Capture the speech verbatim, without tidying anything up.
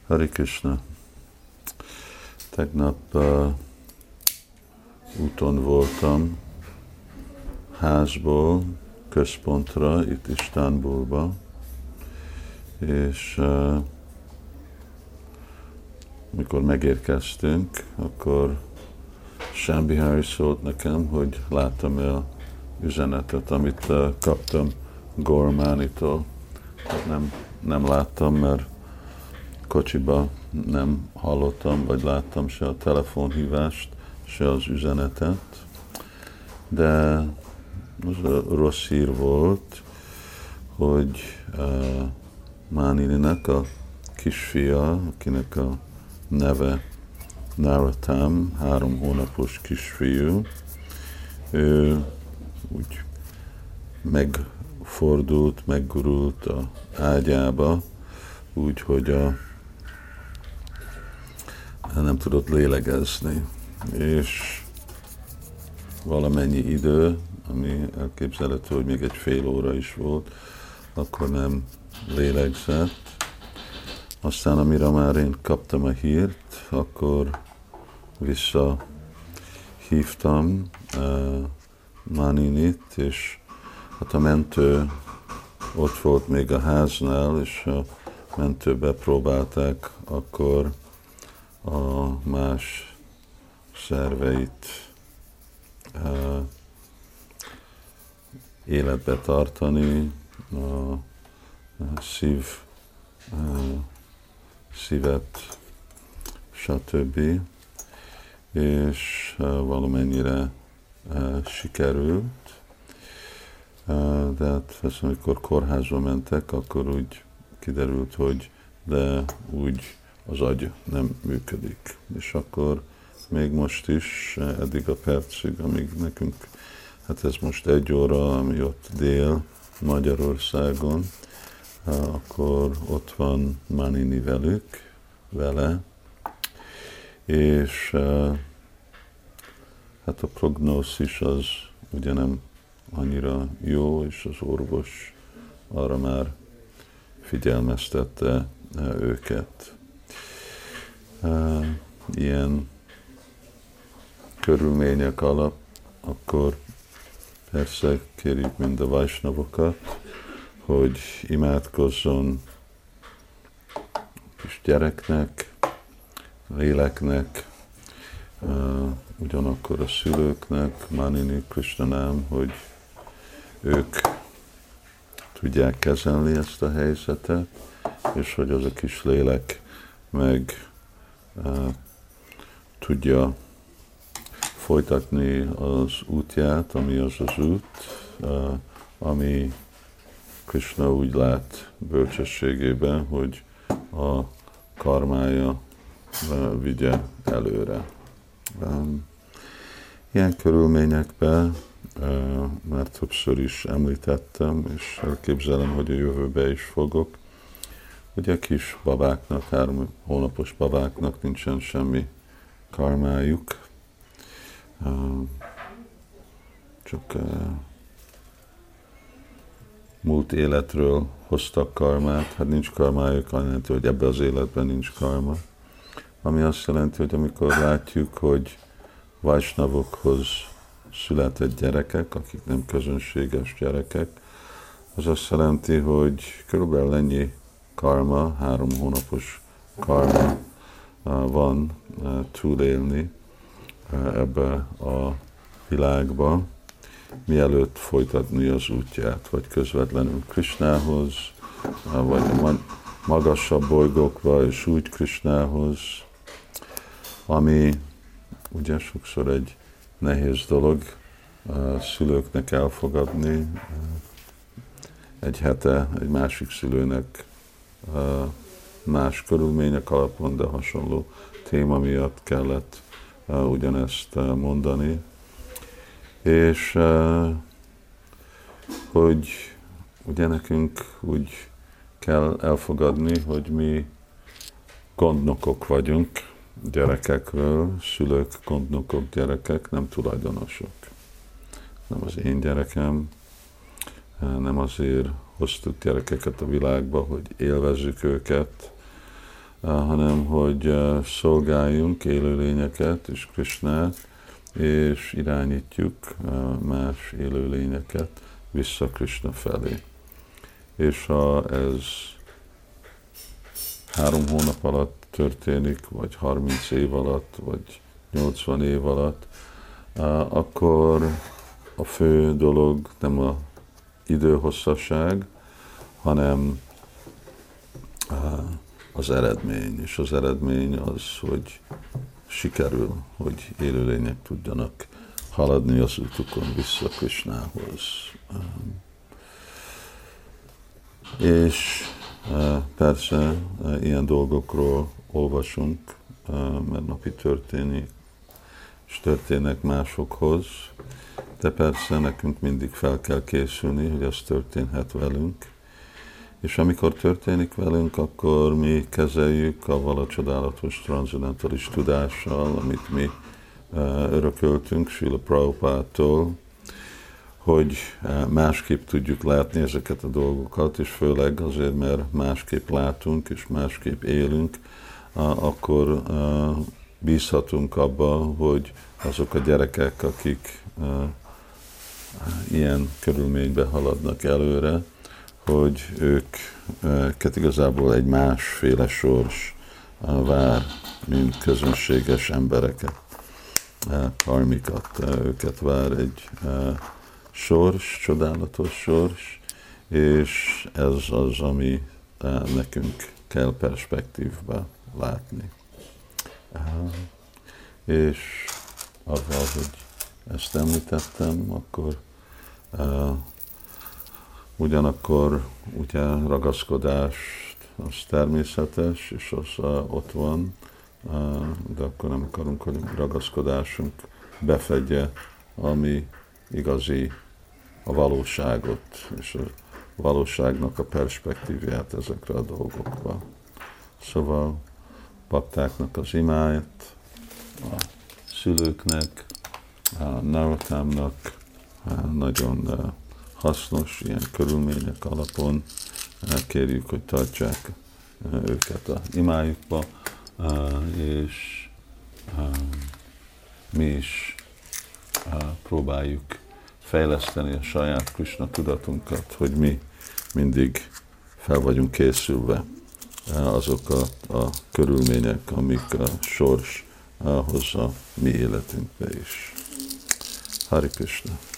Hari Krishna. Tegnap uh, úton voltam házból központra, itt Isztánbulba, és uh, mikor megérkeztünk, akkor Shambhari szólt nekem, hogy láttam el üzenetet, amit uh, kaptam Gormánitól. Hát nem, nem láttam, mert kocsiba nem hallottam, vagy láttam se a telefonhívást, se az üzenetet, de az a rossz hír volt, hogy uh, Mánininek a kisfia, akinek a neve Narottam, három hónapos kisfiú, ő úgy megfordult, meggurult a ágyába, úgy, hogy a, nem tudott lélegezni, és valamennyi idő, ami elképzelhető, hogy még egy fél óra is volt, akkor nem lélegzett. Aztán, amire már én kaptam a hírt, akkor visszahívtam uh, Máninit, és hát a mentő ott volt még a háznál, és a mentőbe próbálták akkor a más szerveit uh, életbe tartani, a, a szív, uh, szívet, stb. És uh, valamennyire uh, sikerült. Uh, de hát persze, amikor kórházba mentek, akkor úgy kiderült, hogy de úgy az agy nem működik. És akkor még most is, eddig a percig, amíg nekünk, hát ez most egy óra, ami ott dél Magyarországon, akkor ott van Mánini velük, vele, és hát a prognózis az ugye nem annyira jó, és az orvos arra már figyelmeztette őket. Ilyen körülmények alatt, akkor persze kérjük mind a vajsnavokat, hogy imádkozzon kis gyereknek, léleknek, ugyanakkor a szülőknek, Mánini Krishnanám, hogy ők tudják kezelni ezt a helyzetet, és hogy az a kis lélek meg uh, tudja folytatni az útját, ami az az út, uh, ami Krishna úgy lát bölcsességében, hogy a karmája uh, vigye előre. Um, ilyen körülményekben uh, már többször is említettem, és elképzelem, hogy a jövőben is fogok, hogy a kis babáknak, három hónapos babáknak nincsen semmi karmájuk, uh, csak uh, múlt életről hoztak karmát, hát nincs karmájuk, azt jelenti, hogy ebben az életben nincs karma, ami azt jelenti, hogy amikor látjuk, hogy vajsnavokhoz született gyerekek, akik nem közönséges gyerekek, az azt jelenti, hogy körülbelül ennyi karma, három hónapos karma van túlélni ebbe a világba, mielőtt folytatni az útját, vagy közvetlenül Krishnához, vagy magasabb bolygókba, és úgy Krishnához, ami ugye sokszor egy nehéz dolog a szülőknek elfogadni. Egy hete egy másik szülőnek más körülmények alapon, de hasonló téma miatt kellett ugyanezt mondani. És hogy ugye nekünk úgy kell elfogadni, hogy mi gondnokok vagyunk gyerekekről, szülők, gondnokok, gyerekek, nem tulajdonosok. Nem az én gyerekem, nem azért hoztuk gyerekeket a világba, hogy élvezzük őket, hanem hogy szolgáljunk élőlényeket és Krisnát, és irányítjuk más élőlényeket vissza Krishna felé. És ha ez három hónap alatt történik, vagy harminc év alatt, vagy nyolcvan év alatt, akkor a fő dolog nem az időhosszasság, hanem az eredmény. És az eredmény az, hogy sikerül, hogy élőlények tudjanak haladni az útukon vissza Krishnához. És persze ilyen dolgokról olvasunk, mert napi történik, és történnek másokhoz, de persze nekünk mindig fel kell készülni, hogy az történhet velünk. És amikor történik velünk, akkor mi kezeljük avval a csodálatos transzendentális tudással, amit mi örököltünk Srila Prabhupádtól, hogy másképp tudjuk látni ezeket a dolgokat, és főleg azért, mert másképp látunk és másképp élünk, akkor bízhatunk abba, hogy azok a gyerekek, akik ilyen körülményben haladnak előre, hogy őket igazából egy másféle sors vár, mint közönséges embereket, karmikat. Őket vár egy sors, csodálatos sors, és ez az, ami nekünk kell perspektívba látni. És avval, hogy ezt említettem, akkor ugyanakkor ugye ragaszkodás az természetes, és az uh, ott van, uh, de akkor nem akarunk, hogy ragaszkodásunk befedje, ami igazi a valóságot, és a valóságnak a perspektívját ezekre a dolgokba. Szóval baktáknak az imáját, a szülőknek, a Narottamnak nagyon uh, hasznos, ilyen körülmények alapon kérjük, hogy tartsák őket a imájukba, és mi is próbáljuk fejleszteni a saját Krishna tudatunkat, hogy mi mindig fel vagyunk készülve azok a, a körülmények, amik a sors hozza mi életünkbe is. Hari Krishna!